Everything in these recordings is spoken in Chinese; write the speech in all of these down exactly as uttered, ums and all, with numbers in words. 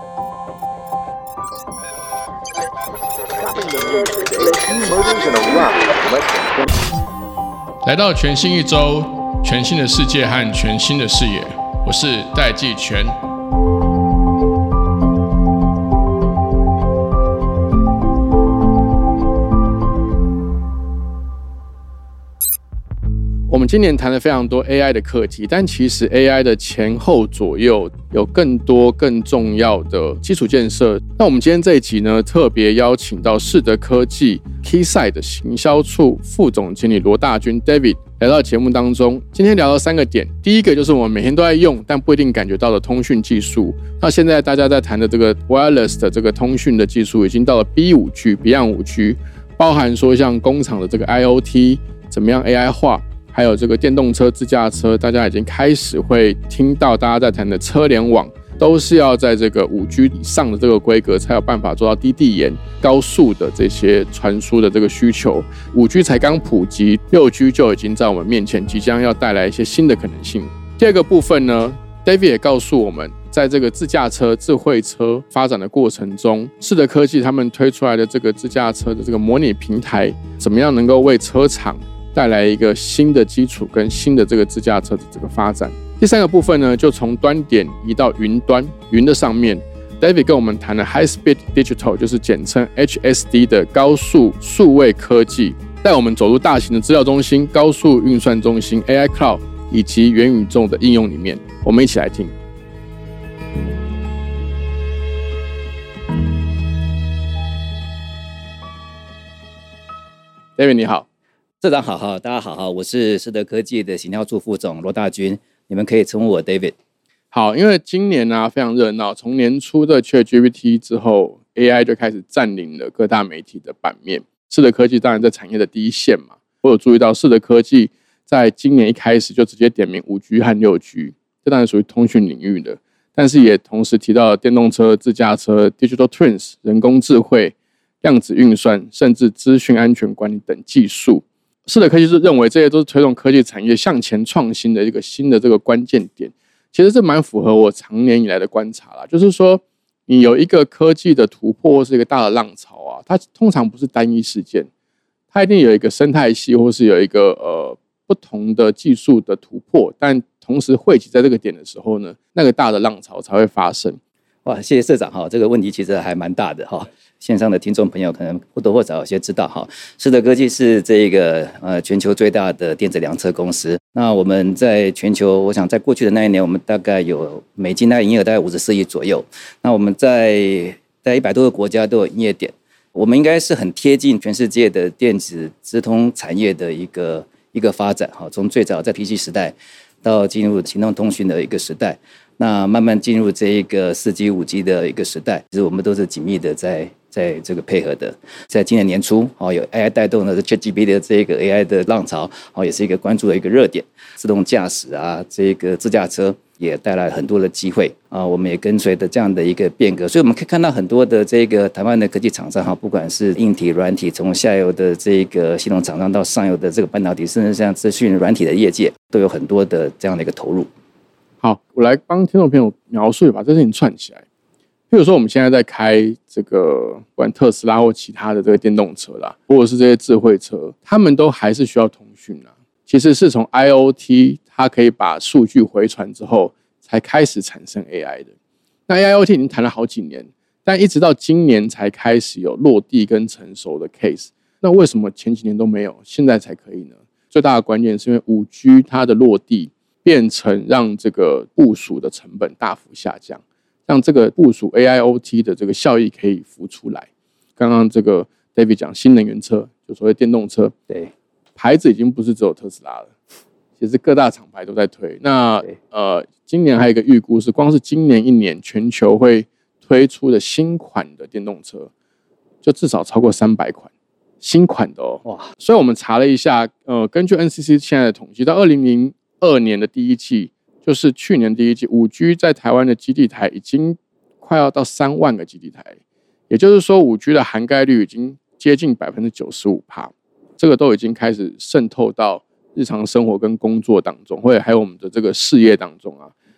来到全新一周，全新的世界和全新的视野，我是戴季全。我们今年谈了非常多 A I 的课题，但其实 A I 的前后左右有更多更重要的基础建设。那我们今天这一集呢，特别邀请到世德科技 Keysight 的行销处副总经理罗大军 David 来到节目当中。今天聊到三个点，第一个就是我们每天都在用但不一定感觉到的通讯技术。那现在大家在谈的这个 wireless 的这个通讯的技术已经到了 B 五 G Beyond 五 G， 包含说像工厂的这个 I O T 怎么样 A I 化，还有这个电动车、自驾车，大家已经开始会听到大家在谈的车联网，都是要在这个 五 G 以上的这个规格，才有办法做到低地延、高速的这些传输的这个需求。五 G 才刚普及，六 G 就已经在我们面前，即将要带来一些新的可能性。第二个部分呢 ，David 也告诉我们，在这个自驾车、智慧车发展的过程中，世德科技他们推出来的这个自驾车的这个模拟平台，怎么样能够为车厂带来一个新的基础跟新的这个自驾车的这个发展。第三个部分呢，就从端点移到云端，云的上面 David 跟我们谈了 High Speed Digital， 就是简称 H S D 的高速数位科技，带我们走入大型的资料中心、高速运算中心、A I Cloud 以及元宇宙的应用里面。我们一起来听。David 你好。 社长好好，大家好好，我是世德科技的行销处副总罗大军，你们可以称呼我 David。 好，因为今年啊非常热闹，从年初的 ChatGPT 之后 ，A I 就开始占领了各大媒体的版面。世德科技当然在产业的第一线嘛，我有注意到世德科技在今年一开始就直接点名 五 G 和 六 G， 这当然属于通讯领域的，但是也同时提到了电动车、自驾车、Digital Twins、人工智慧、量子运算，甚至资讯安全管理等技术。世德科技是认为这些都是推动科技产业向前创新的一个新的这个关键点。其实这蛮符合我长年以来的观察啦，就是说你有一个科技的突破或是一个大的浪潮啊，它通常不是单一事件，它一定有一个生态系或是有一个呃不同的技术的突破，但同时汇集在这个点的时候呢，那个大的浪潮才会发生。 哇，谢谢社长哈，这个问题其实还蛮大的哈。线上的听众朋友可能或多或少有些知道哈，世德科技是这个呃全球最大的电子量测公司。那我们在全球，我想在过去的那一年，我们大概有美金大概营业额大概五十四亿左右。那我们在在一百多个国家都有营业点，我们应该是很贴近全世界的电子资通产业的一个一个发展哈。从最早在 P C 时代到进入行动通讯的一个时代。那慢慢进入这一个 四 G、五 G 的一个时代，其实我们都是紧密的在在这个配合的。在今年年初，有 A I 带动的 ChatGPT 的这个 A I 的浪潮，也是一个关注的一个热点。自动驾驶啊，这个自驾车也带来很多的机会啊，我们也跟随着这样的一个变革，所以我们可以看到很多的这个台湾的科技厂商哈，不管是硬体、软体，从下游的这个系统厂商到上游的这个半导体，甚至像资讯软体的业界，都有很多的这样的一个投入。 好，我来帮听众朋友描述，把这事情串起来。譬如说，我们现在在开这个，不管特斯拉或其他的这个电动车啦，或者是这些智慧车，他们都还是需要通讯啦。其实是从 I O T 它可以把数据回传之后，才开始产生 A I 的。那 I O T 已经谈了好几年，但一直到今年才开始有落地跟成熟的 case。那为什么前几年都没有，现在才可以呢？最大的关键是因为 五 G 它的落地变成让这个部署的成本大幅下降，让这个部署 A I O T 的这个效益可以浮出来。刚刚这个 David 讲新能源车，就所谓电动车， 对， 牌子已经不是只有特斯拉了，其实各大厂牌都在推。那呃，今年还有一个预估是，光是今年一年全球会推出的新款的电动车，就至少超过三百款。新款的哦，哇！所以我们查了一下，呃，根据 N C C 现在的统计，到二零零二年的第一季，就是去年第一季 ，五 G 在台湾的基地台已经快要到三万个基地台，也就是说 五 G 的涵盖率已经接近 百分之九十五， 这个都已经开始渗透到日常生活跟工作当中，或者还有我们的这个事业当中啊。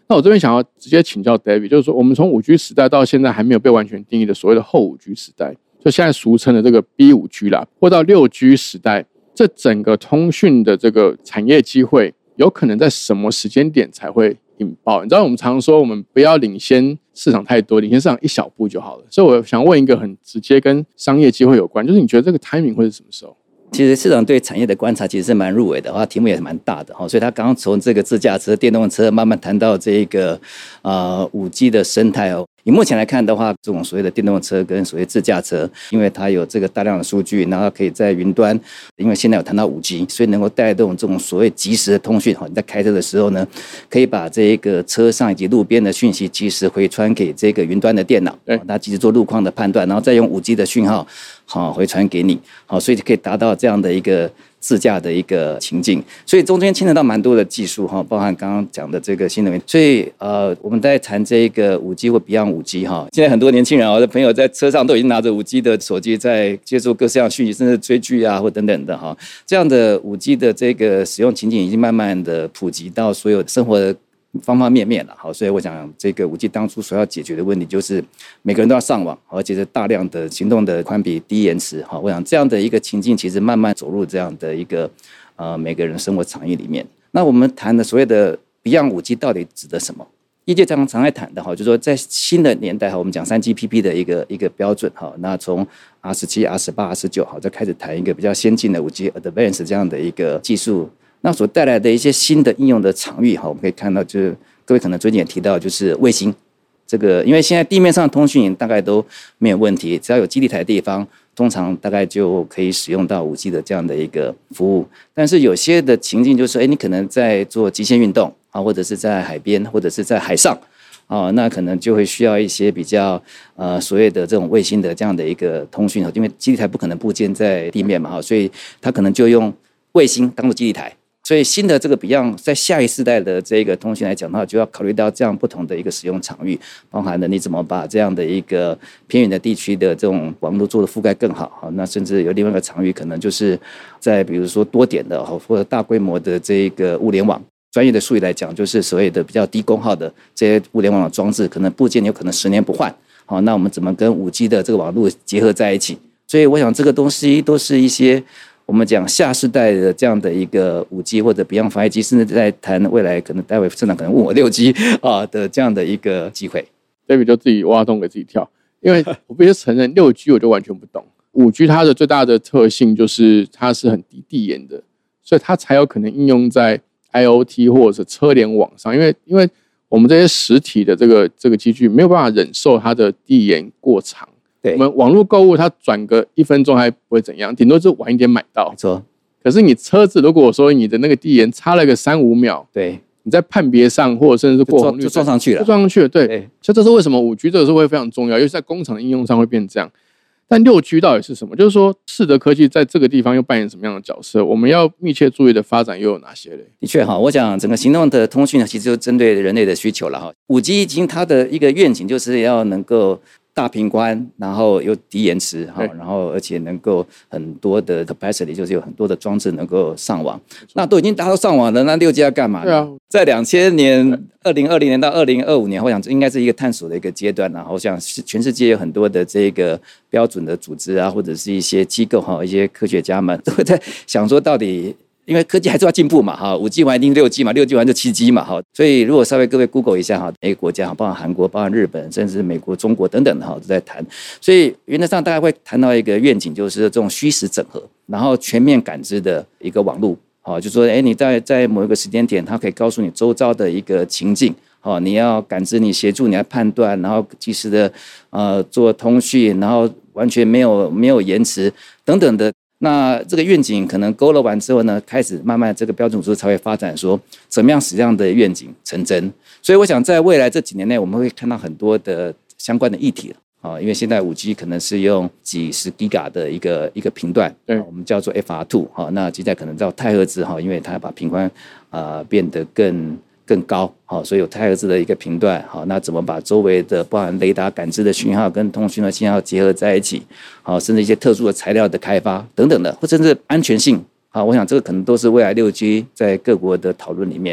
那我这边想要直接请教 David， 就是说我们从 五 G 时代到现在还没有被完全定义的所谓的后 五 G 时代，就现在俗称的这个 B 五 G 啦，或到 六 G 时代，这整个通讯的这个产业机会有可能在什么时间点才会引爆？你知道我们常说我们不要领先市场太多，领先市场一小步就好了。所以我想问一个很直接跟商业机会有关，就是你觉得这个 timing 会是什么时候？ 其实市场对产业的观察其实是蛮入围的，它题目也是蛮大的，所以他刚刚从这个自驾车、电动车慢慢谈到这个呃 五 G 的生态哦。以目前来看的话，这种所谓的电动车跟所谓自驾车，因为它有这个大量的数据，然后可以在云端，因为现在有谈到 五 G， 所以能够带动这种所谓即时的通讯。你在开车的时候呢，可以把这个车上以及路边的讯息即时回传给这个云端的电脑，它即时做路况的判断，然后再用 五 G 的讯号好回传给你，好，所以可以达到这样的一个自驾的一个情境，所以中间牵扯到蛮多的技术哈，包含刚刚讲的这个新能源。所以呃，我们在谈这个 五 G 或 Beyond 五 G 哈，现在很多年轻人我的朋友在车上都已经拿着 五 G 的手机在接触各式样讯息，甚至追剧啊或等等的哈。这样的 五 G 的这个使用情景已经慢慢的普及到所有生活的方方面面了，好，所以我想这个 五 G 当初所要解决的问题就是每个人都要上网，而且是大量的行动的宽频、低延迟，好，我想这样的一个情境其实慢慢走入这样的一个呃每个人生活场域里面。那我们谈的所谓的 Beyond 五 G 到底指的什么？业界常常在谈的哈，就是说在新的年代哈，我们讲 三 G P P 的一个一个标准哈，那从 R 十七、R 十八、R 十九 好，再开始谈一个比较先进的 五 G Advanced 这样的一个技术。那所带来的一些新的应用的场域哈，我们可以看到，就是各位可能最近也提到，就是卫星这个，因为现在地面上的通讯大概都没有问题，只要有基地台的地方，通常大概就可以使用到 五 G 的这样的一个服务。但是有些的情境就是，哎，你可能在做极限运动啊，或者是在海边，或者是在海上啊，那可能就会需要一些比较呃所谓的这种卫星的这样的一个通讯，因为基地台不可能布建在地面嘛，哈，所以它可能就用卫星当做基地台。所以新的这个 Beyond 在下一世代的这个通讯来讲的话，就要考虑到这样不同的一个使用场域，包含了你怎么把这样的一个偏远的地区的这种网络做的覆盖更好。那甚至有另外一个场域，可能就是在比如说多点的或者大规模的这个物联网，专业的术语来讲，就是所谓的比较低功耗的这些物联网的装置，可能部件有可能十年不换。好，那我们怎么跟 五 G 的这个网络结合在一起？所以我想这个东西都是一些我们讲下世代的这样的一个 五 G 或者 Beyond 五 G， 甚至在谈未来可能待会社长可能问我 六 G 啊的这样的一个机会。 David 就自己挖洞给自己跳，因为我必须承认 六 G 我就完全不懂。五 G 它的最大的特性就是它是很低递延的，所以它才有可能应用在 I O T 或者是车联网上，因为因为我们这些实体的这个这个机具没有办法忍受它的递延过长。我们网络购物，它转个一分钟还不会怎样，顶多就晚一点买到。 没错。 可是你车子，如果说你的那个递延差了个三五秒， 对， 你在判别上或者甚至是过红绿就撞上去了， 就撞上去了。对，对，所以这是为什么五 G 这个时候会非常重要，尤其在工厂的应用上会变这样。但六 G 到底是什么？就是说，世德科技在这个地方又扮演什么样的角色？我们要密切注意的发展又有哪些嘞？ 的确哈，我想整个行动的通讯呢，其实就针对人类的需求了哈。五 G 已经它的一个愿景就是要能够大频宽，然后又低延迟，然后而且能够很多的 capacity， 就是有很多的装置能够上网。那都已经达到上网了，那六 G 要干嘛呢？ 对啊， 在两千年、二零二零年到二零二五年，我想应该是一个探索的一个阶段。然后我想全世界有很多的这个标准的组织啊，或者是一些机构哈，一些科学家们都会在想说，到底。因为科技还是要进步嘛，哈，五 G 完一定六 G 嘛，六 G 完就七 G 嘛，哈，所以如果稍微各位 Google 一下哈，每个国家，包含韩国、包含日本，甚至美国、中国等等的哈，都在谈。所以原则上大家会谈到一个愿景，就是这种虚实整合，然后全面感知的一个网络，好，就说，哎，你在在某一个时间点，它可以告诉你周遭的一个情境，好，你要感知，你协助你来判断，然后及时的呃做通讯，然后完全没有没有延迟等等的。那这个愿景可能勾勒完之后呢，开始慢慢这个标准组织才会发展说怎么样使这样的愿景成真。所以我想在未来这几年内，我们会看到很多的相关的议题了啊，因为现在 五 G 可能是用几十 Giga 的一个一个频段，对，我们叫做 F R 二 哈，那接下来可能到太赫兹哈，因为它把频宽啊、呃、变得更。更高，好，所以有太赫兹的一个频段，好，那怎么把周围的包含雷达感知的讯号跟通讯的信号结合在一起，好，甚至一些特殊的材料的开发等等的，或甚至安全性，好，我想这个可能都是未来六 G 在各国的讨论里面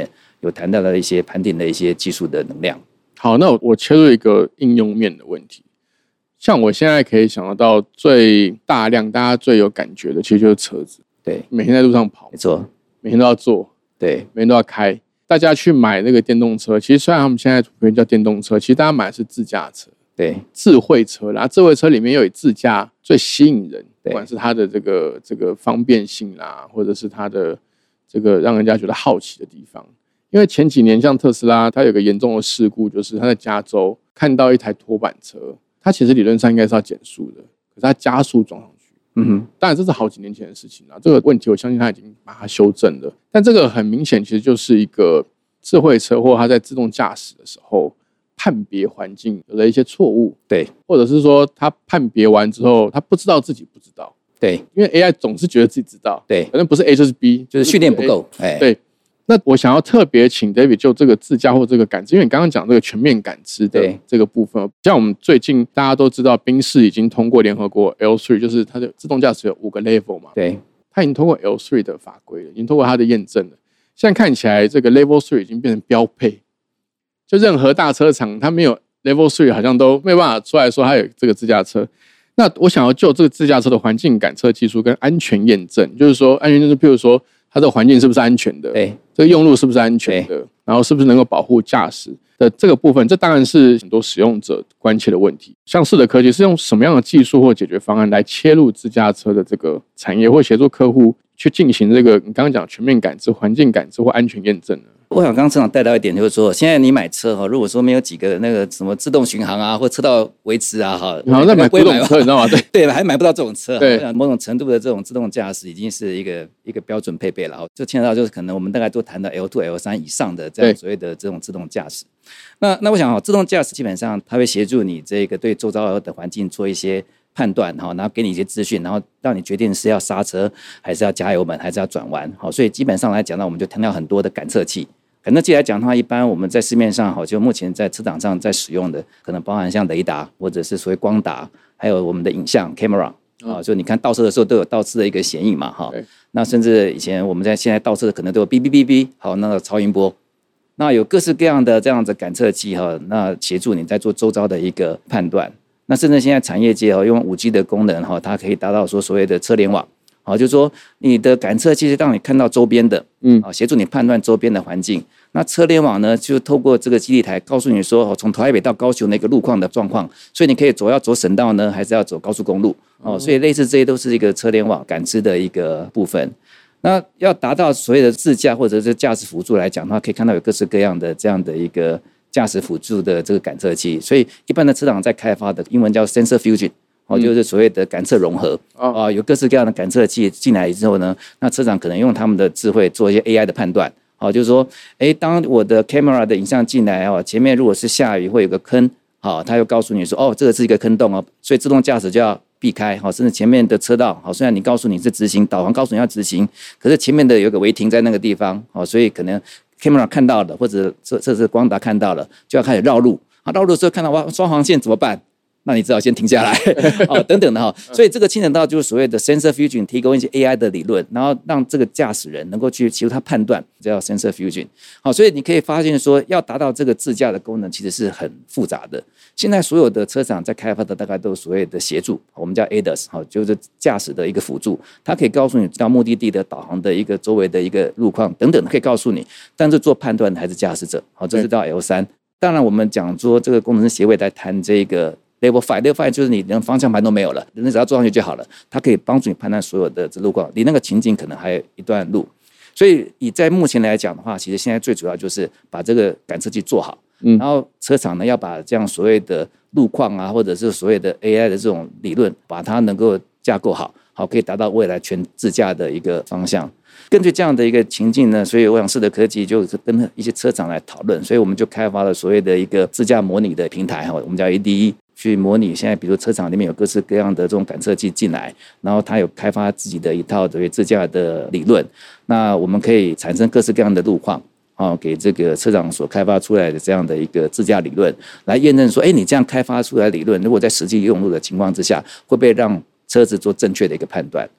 有谈到了一些盘点的一些技术的能量。 好，那 我, 我切入一个应用面的问题。像我现在可以想得到最大量大家最有感觉的其实就是车子， 对， 每天在路上跑， 没错， 每天都要坐， 对， 每天都要开。大家去买那个电动车，其实虽然他们现在普遍叫电动车，其实大家买的是自驾车， 对， 智慧车，然后智慧车里面又以自驾最吸引人，不管是它的这个这个方便性啦，或者是它的这个让人家觉得好奇的地方。因为前几年像特斯拉，它有个严重的事故，就是它在加州看到一台拖板车，它其实理论上应该是要减速的，可是它加速撞上去。嗯哼，当然这是好几年前的事情了，这个问题我相信它已经把它修正了。但这个很明显，其实就是一个智慧车或它在自动驾驶的时候判别环境有了一些错误， 对， 或者是说它判别完之后，它不知道自己不知道， 对， 因为 A I 总是觉得自己知道， 对， 反正不是 A 就是 B， 就是训练不够，哎， 对。那我想要特别请 David 就这个自驾或这个感知，因为你刚刚讲这个全面感知的这个部分，像我们最近大家都知道，宾士已经通过联合国 L 三， 就是它的自动驾驶有五个 level 嘛， 对， 它已经通过 L 三 的法规了，已经通过它的验证了。现在看起来，这个 Level 三已经变成标配，就任何大车厂它没有 Level 三，好像都没有办法出来说它有这个自驾车。那我想要就这个自驾车的环境感测技术跟安全验证，就是说安全验证，譬如说它的环境是不是安全的， 对， 这个用路是不是安全的，然后是不是能够保护驾驶的这个部分，这当然是很多使用者关切的问题。像是的科技是用什么样的技术或解决方案来切入自驾车的这个产业，或协助客户去进行这个你刚刚讲全面感知、环境感知或安全验证呢？ 我想刚刚车长带到一点，就是说，现在你买车哈，如果说没有几个那个什么自动巡航啊，或车道维持啊，哈， 好像在买古董车，你知道吗？对对，还买不到这种车。 对， 我想某种程度的这种自动驾驶已经是一个一个标准配备了。就牵扯到就是可能我们大概都谈到 L 二、L 三 以上的这样所谓的这种自动驾驶。那那我想哈，自动驾驶基本上它会协助你这个对周遭的环境做一些判断，然后给你一些资讯，然后让你决定是要刹车还是要加油门还是要转弯。好，所以基本上来讲呢，我们就谈到很多的感测器。感测器来讲的话，一般我们在市面上好，就目前在车厂上在使用的，可能包含像雷达或者是所谓光达，还有我们的影像 camera 啊、嗯，所以你看倒车的时候都有倒车的一个显影嘛，哈。那甚至以前我们在现在倒车的可能都有哔哔哔哔，好，那个超音波，那有各式各样的这样的感测器哈，那协助你在做周遭的一个判断。那甚至现在产业界哦，用 五 G 的功能哈，它可以达到说所谓的车联网。好，就是说你的感测器是让你看到周边的，嗯，协助你判断周边的环境。那车联网呢，就透过这个基地台告诉你说，从台北到高雄的一个路况的状况，所以你可以走要走省道呢，还是要走高速公路？哦，所以类似这些都是一个车联网感知的一个部分。那要达到所谓的自驾或者是驾驶辅助来讲的话，可以看到有各式各样的这样的一个驾驶辅助的这个感测器。所以一般的车厂在开发的英文叫 sensor fusion。哦，就是所谓的感测融合啊、哦呃，有各式各样的感测器进来之后呢，那车长可能用他们的智慧做一些 A I 的判断。好、哦，就是说，哎，当我的 camera 的影像进来哦，前面如果是下雨会有个坑，好、哦，它又告诉你说，哦，这个是一个坑洞哦，所以自动驾驶就要避开。好、哦，甚至前面的车道，好、哦，虽然你告诉你是直行，导航告诉你要直行，可是前面的有个违停在那个地方，好、哦，所以可能 camera 看到了，或者这这是光达看到了，就要开始绕路。啊，绕路的时候看到哇双黄线怎么办？那你只好先停下来哦，等等的哈，所以这个牵扯到就是所谓的 sensor fusion， 提供一些 A I 的理论，然后让这个驾驶人能够去协助他判断，叫 sensor fusion。好，所以你可以发现说，要达到这个自驾的功能，其实是很复杂的。现在所有的车厂在开发的大概都有所谓的协助，我们叫 A D A S， 好，就是驾驶的一个辅助，它可以告诉你到目的地的导航的一个周围的一个路况等等，可以告诉你，但是做判断的还是驾驶者。好，这是到 L 三。当然，我们讲说这个工程师协会在谈这个。Level 五 Level 五就是你连方向盘都没有了，你只要坐上去就好了。它可以帮助你判断所有的路况，离那个情境可能还有一段路。所以以在目前来讲的话，其实现在最主要就是把这个感测器做好，嗯、然后车厂呢要把这样所谓的路况啊，或者是所谓的 A I 的这种理论，把它能够架构好，好可以达到未来全自驾的一个方向。根据这样的一个情境呢，所以我想世德科技就跟一些车厂来讨论，所以我们就开发了所谓的一个自驾模拟的平台，我们叫 A D E。去模拟现在，比如车厂里面有各式各样的这种感测器进来，然后它有开发自己的一套对自驾的理论。那我们可以产生各式各样的路况，哦，给这个车厂所开发出来的这样的一个自驾理论，来验证说，哎，你这样开发出来的理论，如果在实际用路的情况之下，会不会让车子做正确的一个判断？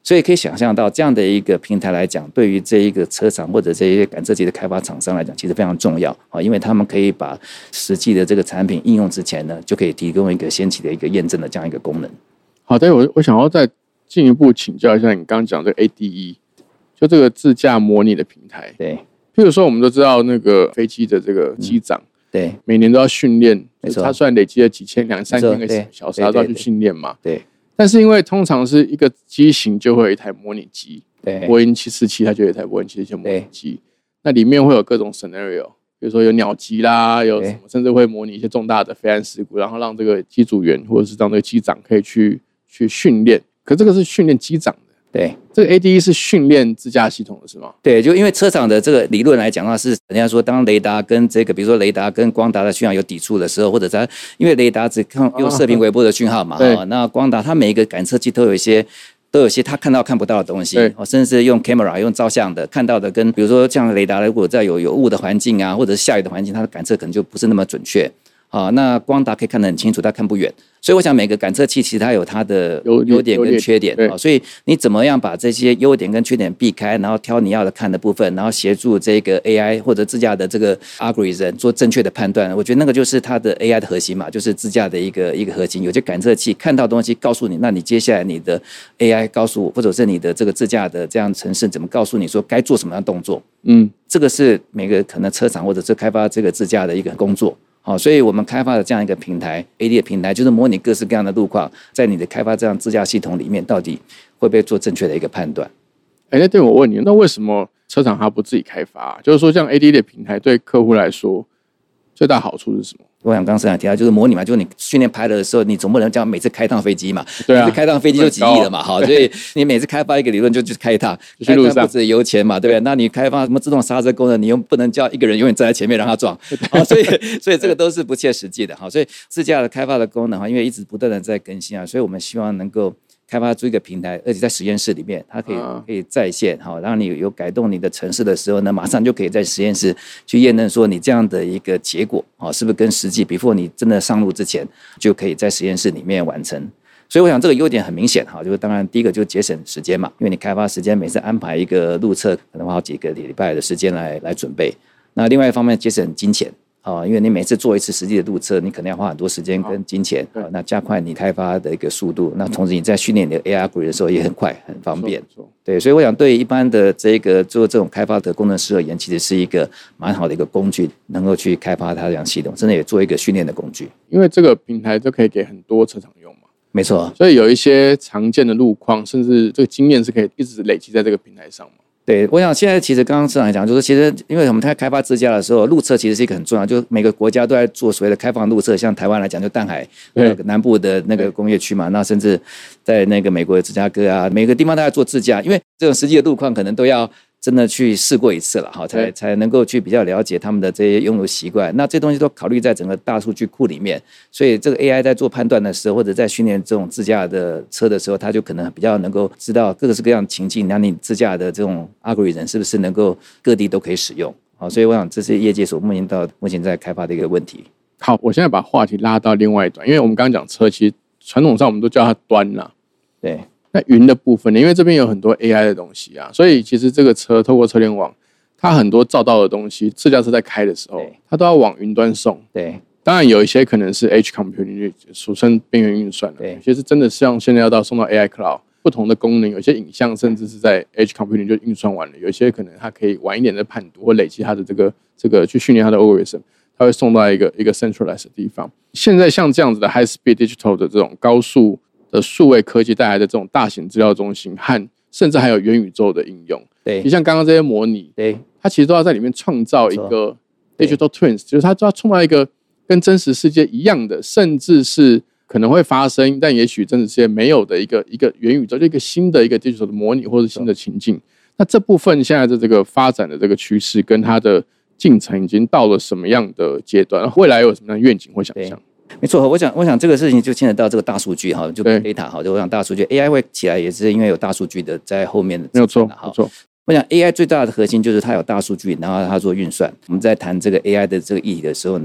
所以可以想象到这样的一个平台来讲，对于这一个车厂或者这些感测器的开发厂商来讲，其实非常重要啊，因为他们可以把实际的这个产品应用之前呢，就可以提供一个先期的一个验证的这样一个功能。 好的，我我想要再进一步请教一下你刚刚讲这个 A D E， 就这个自驾模拟的平台。 对， 譬如说我们都知道那个飞机的这个机长。嗯对， 每年都要训练， 没错， 他虽然累积了几千、两三千个小时，他都要去训练嘛。 对， 但是因为通常是一个机型就会有一台模拟机， 对， 波音七四七它就有一台波音七四七模拟机，那里面会有各种 scenario， 比如说有鸟击啦，有什么，甚至会模拟一些重大的飞安事故，然后让这个机组员或者是让这个机长可以去去训练。可这个是训练机长的。 对， 这个 A D E 是训练自驾系统的是吗？ 对，就因为车厂的这个理论来讲的话，是人家说当雷达跟这个，比如说雷达跟光达的讯号有抵触的时候，或者它因为雷达只看用射频微波的讯号嘛，哦，那光达它每一个感测器都有一些。都有些他看到看不到的东西，甚至用 camera 用照相的看到的，跟比如说像雷达，如果在有有雾的环境啊，或者是下雨的环境，它的感测可能就不是那么准确。啊，那光达可以看得很清楚，但看不远。所以我想每个感测器其实它有它的优点跟缺点啊，所以你怎么样把这些优点跟缺点避开，然后挑你要的看的部分，然后协助这个 A I 或者自驾的这个 algorithm 做正确的判断，我觉得那个就是它的 A I 的核心嘛，就是自驾的一个一个核心。有些感测器看到东西告诉你，那你接下来你的 A I 告诉我，或者是你的这个自驾的这样程式怎么告诉你说该做什么样的动作？嗯，这个是每个可能车厂或者是开发这个自驾的一个工作。好，所以我们开发的这样一个平台 A D 的平台，就是模拟各式各样的路况，在你的开发这样自驾系统里面，到底会不会做正确的一个判断？ 哎，那对我问你，那为什么车厂它不自己开发？就是说，像 A D 的平台对客户来说，最大好处是什么？ 我想刚才提到就是模拟嘛，就是你训练拍的时候，你总不能叫每次开趟飞机嘛， 对啊， 每次开趟飞机就几亿了嘛，好，所以你每次开发一个理论就去开一趟， 去路上不止油钱嘛，对不对？那你开发什么自动刹车功能，你又不能叫一个人永远站在前面让他撞，好，所以所以这个都是不切实际的，好，所以自驾的开发的功能哈，因为一直不断的在更新啊，所以我们希望能够开发出一个平台，而且在实验室里面，它可以可以在线，好，让你有改动你的程式的时候呢，马上就可以在实验室去验证说你这样的一个结果，好，是不是跟实际 before 你真的上路之前，就可以在实验室里面完成。所以我想这个优点很明显，哈，就是当然第一个就节省时间嘛，因为你开发时间每次安排一个路测，可能花好几个礼拜的时间来来准备。那另外一方面节省金钱。啊，因为你每次做一次实际的路测，你可能要花很多时间跟金钱，啊，那加快你开发的一个速度。那同时你在训练你的 A I algorithm 的时候也很快很方便。对，所以我想对一般的这个做这种开发的工程师而言，其实是一个蛮好的一个工具，能够去开发它这样系统，真的也做一个训练的工具。 因为这个平台就可以给很多车厂用嘛。 没错， 所以有一些常见的路况，甚至这个经验是可以一直累积在这个平台上嘛。 对，我想现在其实刚刚市长讲，就是其实因为我们在开发自驾的时候，路测其实是一个很重要，就每个国家都在做所谓的开放路测，像台湾来讲，就淡海南部的那个工业区嘛，那甚至在那个美国的芝加哥啊，每个地方都在做自驾，因为这种实际的路况可能都要真的去试过一次了哈，才才能够去比较了解他们的这些用路习惯。那这东西都考虑在整个大数据库里面，所以这个 A I 在做判断的时候，或者在训练这种自驾的车的时候，它就可能比较能够知道各式各样情境，那你自驾的这种 algorithm 是不是能够各地都可以使用？好，所以我想这是业界所目前到目前在开发的一个问题。 好，我现在把话题拉到另外一端，因为我们刚刚讲车，其实传统上我们都叫它端啦， 对。 那云的部分呢？因为这边有很多 A I 的东西啊，所以其实这个车透过车联网，它很多照到的东西，自驾车在开的时候，它都要往云端送。 对， 当然有一些可能是 Edge Computing， 俗称边缘运算了。有些是真的像现在要到送到 A I Cloud， 不同的功能，有些影像甚至是在 Edge Computing 就运算完了，有些可能它可以晚一点的判读或累积它的这个这个去训练它的 algorithm， 它会送到一个一个 centralized 的地方。现在像这样子的 High Speed Digital 的这种高速的数位科技带来的这种大型资料中心和甚至还有元宇宙的应用， 对， 你像刚刚这些模拟， 对， 它其实都要在里面创造一个 digital twins， 就是它都要创造一个跟真实世界一样的，甚至是可能会发生，但也许真实世界没有的一个一个元宇宙，就一个新的一个 digital 的模拟或者新的情境。那这部分现在的这个发展的这个趋势跟它的进程已经到了什么样的阶段？未来有什么样的愿景或想象？ 没错，我想，我想这个事情就牵扯到这个大数据哈，就 data 哈，就我想大数据 A I 会起来也是因为有大数据的在后面的， 没有错，没错。 我想 A I 最大的核心就是它有大数据，然后它做运算。我们在谈这个 A I 的这个议题的时候呢，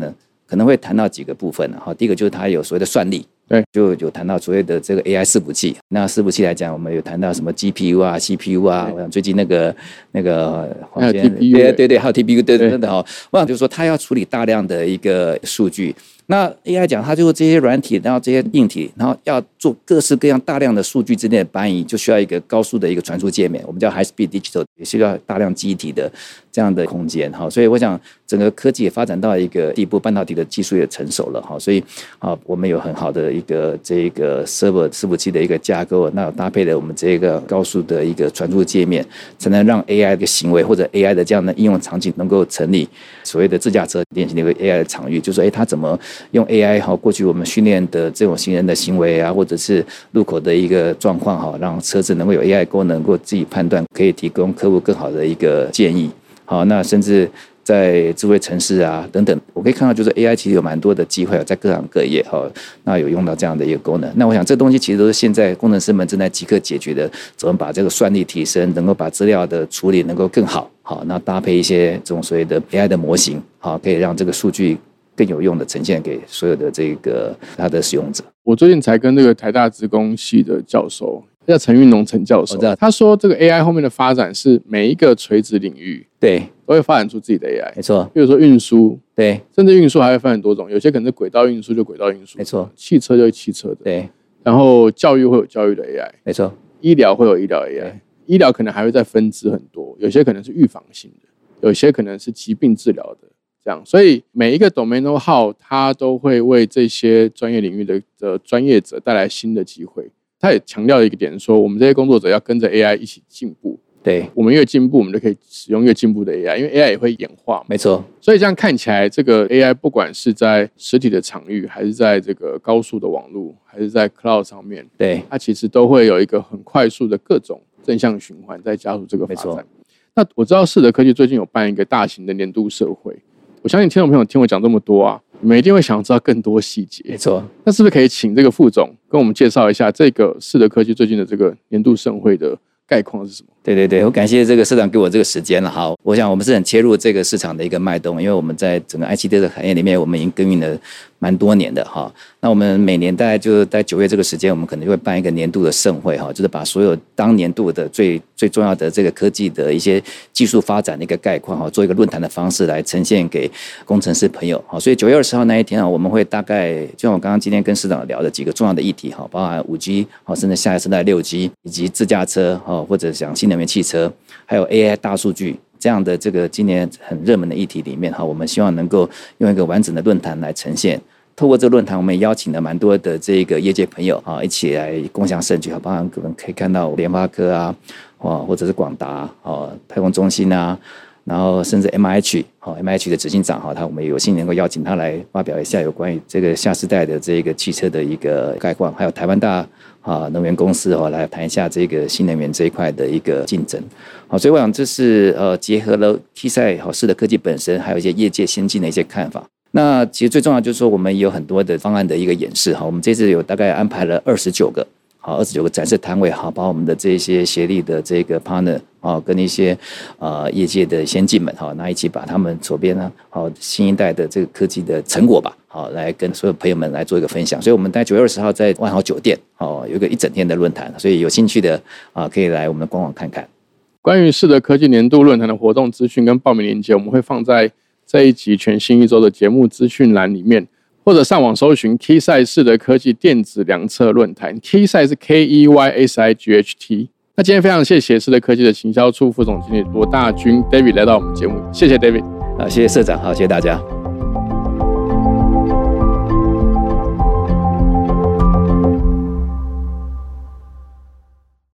可能会谈到几个部分哈。第一个就是它有所谓的算力。 对， 就有谈到所谓的这个 A I 伺服器。那伺服器来讲，我们有谈到什么 G P U 啊、C P U 啊。我想最近那个那个还有 T P U， 对对对，还有 T P U， 对对对哈。我想就是说，它要处理大量的一个数据。那 A I 讲，它就是这些软体，然后这些硬体，然后要做各式各样大量的数据之间的搬移，就需要一个高速的一个传输界面，我们叫 High Speed Digital， 也需要大量记忆体的这样的空间。好，所以我想整个科技也发展到一个地步，半导体的技术也成熟了。好，所以啊，我们有很好的一个这个 server 伺服器的一个架构，那搭配了我们这个高速的一个传输界面，才能让 A I 的行为或者 A I 的这样的应用场景能够成立。所谓的自驾车典型的一个 A I 的场域，就是说，哎，它怎么用 A I 哈，过去我们训练的这种行人的行为啊，或者是路口的一个状况哈，让车子能够有 A I 功能，能够自己判断，可以提供客户更好的一个建议。好，那甚至在智慧城市啊等等，我可以看到就是 A I 其实有蛮多的机会在各行各业哈，那有用到这样的一个功能。那我想这东西其实都是现在工程师们正在即刻解决的，怎么把这个算力提升，能够把资料的处理能够更好。好，那搭配一些这种所谓的 A I 的模型，好，可以让这个数据更有用的呈现给所有的这个它的使用者。 我最近才跟这个台大资工系的教授叫陈运龙陈教授，他说这个 A I 后面的发展是每一个垂直领域对都会发展出自己的 A I， 没错。 比如说运输， 对， 甚至运输还会分很多种，有些可能是轨道运输就轨道运输， 没错。 汽车就是汽车的， 对。 然后教育会有教育的 A I， 没错。 医疗会有医疗 A I， 医疗可能还会再分支很多，有些可能是预防性的，有些可能是疾病治疗的。这样，所以每一个 domain know-how 它都会为这些专业领域的的专业者带来新的机会。他也强调一个点说，我们这些工作者要跟着 A I 一起进步。 对， 我们越进步，我们就可以使用越进步的 A I， 因为 A I 也会演化嘛。 没错。 所以这样看起来，这个 A I 不管是在实体的场域，还是在这个高速的网络，还是在 cloud 上面， 对， 它其实都会有一个很快速的各种正向循环在加速这个发展。那我知道世德科技最近有办一个大型的年度社会。我相信听众朋友听我讲这么多啊，你们一定会想要知道更多细节。 没错， 那是不是可以请这个副总跟我们介绍一下这个世德科技最近的这个年度盛会的概况是什么？ 对对对，我感谢这个社长给我这个时间了。好，我想我们是很切入这个市场的一个脉动，因为我们在整个 I C T 的行业里面，我们已经耕耘了蛮多年的哈。那我们每年大概就在九月这个时间，我们可能就会办一个年度的盛会哈，就是把所有当年度的最最重要的这个科技的一些技术发展的一个概况哈，做一个论坛的方式来呈现给工程师朋友。好，所以九月二十号那一天啊，我们会大概就像我刚刚今天跟市长聊的几个重要的议题哈，包含五 G 好，甚至下一世代六 G 以及自驾车哈，或者讲新能源汽车，还有 A I 大数据。这样的这个今年很热门的议题里面哈，我们希望能够用一个完整的论坛来呈现。透过这个论坛，我们也邀请了蛮多的这个业界朋友啊，一起来共享盛举。包含可能可以看到联发科啊，或者是广达啊、太空中心啊，然后甚至 M I H 好 M I H 的执行长哈，他我们有幸能够邀请他来发表一下有关于这个下世代的这个汽车的一个概况，还有台湾大啊能源公司哈来谈一下这个新能源这一块的一个竞争。好，所以我想这是呃结合了 Keysight 好世德科技本身，还有一些业界先进的一些看法。那其实最重要就是说，我们有很多的方案的一个演示哈。我们这次有大概安排了二十九个，好，二十九个展示摊位，好，把我们的这些协力的这个 partner 啊，跟一些呃业界的先进们哈，那一起把他们手边呢，好新一代的这个科技的成果吧，好，来跟所有朋友们来做一个分享。所以我们在九月二十号在万豪酒店哦，有一个一整天的论坛，所以有兴趣的啊，可以来我们的官网看看。 关于世德科技年度论坛的活动资讯跟报名链接，我们会放在这一集全新一周的节目资讯栏里面，或者上网搜寻 Keysight 世德科技电子量测论坛 ，Keysight 是 K E Y S I G H T。那今天非常谢谢世德科技的行销处副总经理罗大军 David 来到我们节目，谢谢 David， 啊，谢谢社长，好，谢谢大家。